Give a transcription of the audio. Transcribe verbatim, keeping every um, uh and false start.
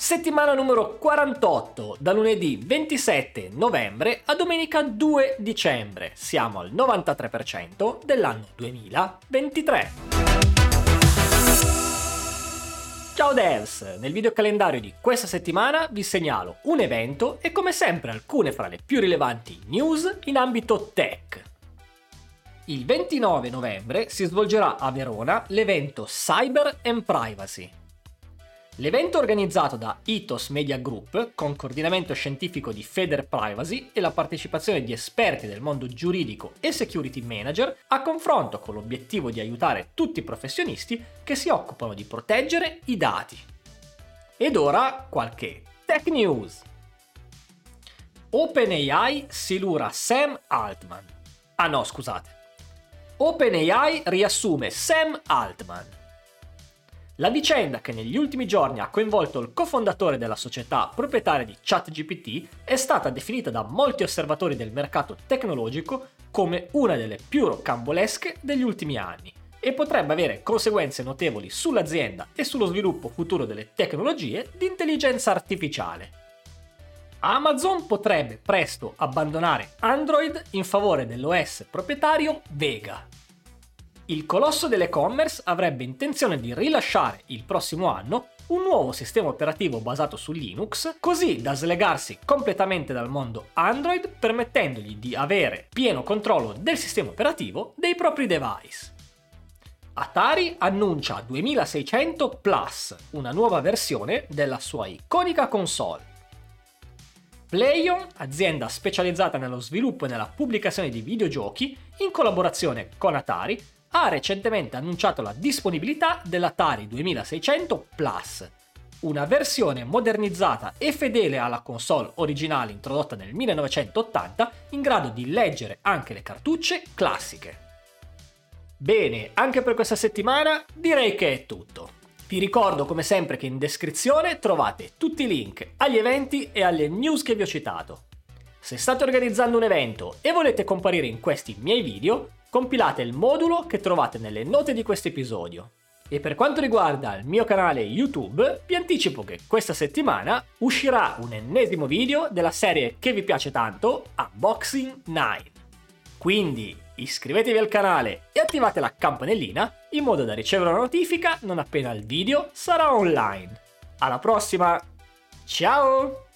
Settimana numero quarantotto, da lunedì ventisette novembre a domenica due dicembre. Siamo al novantatré per cento dell'anno duemilaventitré. Ciao devs! Nel videocalendario di questa settimana vi segnalo un evento e come sempre alcune fra le più rilevanti news in ambito tech. Il ventinove novembre si svolgerà a Verona l'evento Cyber and Privacy. L'evento organizzato da Ethos Media Group, con coordinamento scientifico di Feder Privacy e la partecipazione di esperti del mondo giuridico e security manager, a confronto con l'obiettivo di aiutare tutti i professionisti che si occupano di proteggere i dati. Ed ora qualche tech news. OpenAI silura Sam Altman. Ah no, scusate. OpenAI riassume Sam Altman. La vicenda che negli ultimi giorni ha coinvolto il cofondatore della società proprietaria di ChatGPT è stata definita da molti osservatori del mercato tecnologico come una delle più rocambolesche degli ultimi anni e potrebbe avere conseguenze notevoli sull'azienda e sullo sviluppo futuro delle tecnologie di intelligenza artificiale. Amazon potrebbe presto abbandonare Android in favore dell'O S proprietario Vega. Il colosso dell'e-commerce avrebbe intenzione di rilasciare il prossimo anno un nuovo sistema operativo basato su Linux, così da slegarsi completamente dal mondo Android, permettendogli di avere pieno controllo del sistema operativo dei propri device. Atari annuncia duemilaseicento Plus, una nuova versione della sua iconica console. Playon, azienda specializzata nello sviluppo e nella pubblicazione di videogiochi, in collaborazione con Atari, ha recentemente annunciato la disponibilità dell'Atari duemilaseicento Plus, una versione modernizzata e fedele alla console originale introdotta nel millenovecentottanta, in grado di leggere anche le cartucce classiche. Bene, anche per questa settimana direi che è tutto. Vi ricordo come sempre che in descrizione trovate tutti i link agli eventi e alle news che vi ho citato. Se state organizzando un evento e volete comparire in questi miei video, compilate il modulo che trovate nelle note di questo episodio. E per quanto riguarda il mio canale YouTube, vi anticipo che questa settimana uscirà un ennesimo video della serie che vi piace tanto, Unboxing nove. Quindi iscrivetevi al canale e attivate la campanellina in modo da ricevere una notifica non appena il video sarà online. Alla prossima! Ciao!